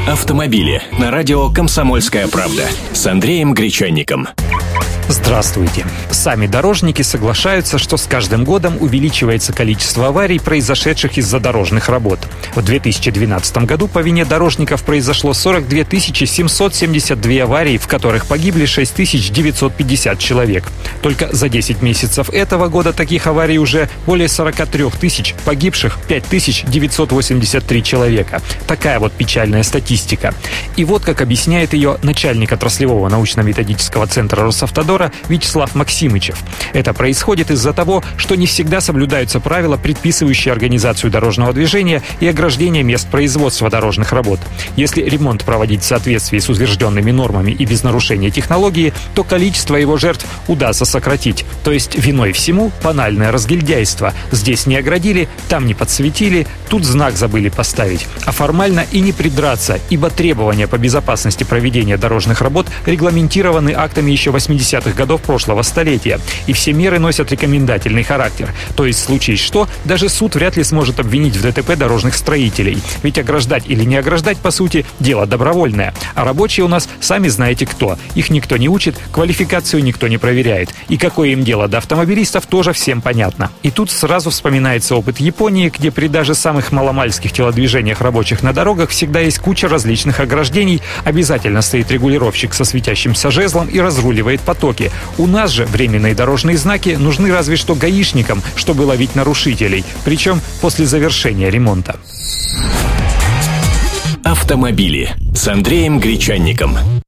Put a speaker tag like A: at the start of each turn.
A: Автомобили на радио «Комсомольская правда» с Андреем Гречанником.
B: Здравствуйте. Сами дорожники соглашаются, что с каждым годом увеличивается количество аварий, произошедших из-за дорожных работ. В 2012 году по вине дорожников произошло 42 772 аварии, в которых погибли 6950 человек. Только за 10 месяцев этого года таких аварий уже более 43 тысяч, погибших 5983 человека. Такая вот печальная статистика. И вот как объясняет ее начальник отраслевого научно-методического центра Росавтодора Вячеслав Максимычев. Это происходит из-за того, что не всегда соблюдаются правила, предписывающие организацию дорожного движения и ограждение мест производства дорожных работ. Если ремонт проводить в соответствии с утвержденными нормами и без нарушения технологии, то количество его жертв удастся сократить. То есть виной всему банальное разгильдяйство. Здесь не оградили, там не подсветили, тут знак забыли поставить. А формально и не придраться, ибо требования по безопасности проведения дорожных работ регламентированы актами еще 80-х годов прошлого столетия. И все меры носят рекомендательный характер. То есть, в случае что, даже суд вряд ли сможет обвинить в ДТП дорожных строителей. Ведь ограждать или не ограждать, по сути, дело добровольное. А рабочие у нас сами знаете кто. Их никто не учит, квалификацию никто не проверяет. И какое им дело до автомобилистов, тоже всем понятно. И тут сразу вспоминается опыт Японии, где при даже самых маломальских телодвижениях рабочих на дорогах всегда есть куча различных ограждений, обязательно стоит регулировщик со светящимся жезлом и разруливает потоки. У нас же временные дорожные знаки нужны разве что гаишникам, чтобы ловить нарушителей, причем после завершения ремонта.
A: Автомобили с Андреем Гречанником.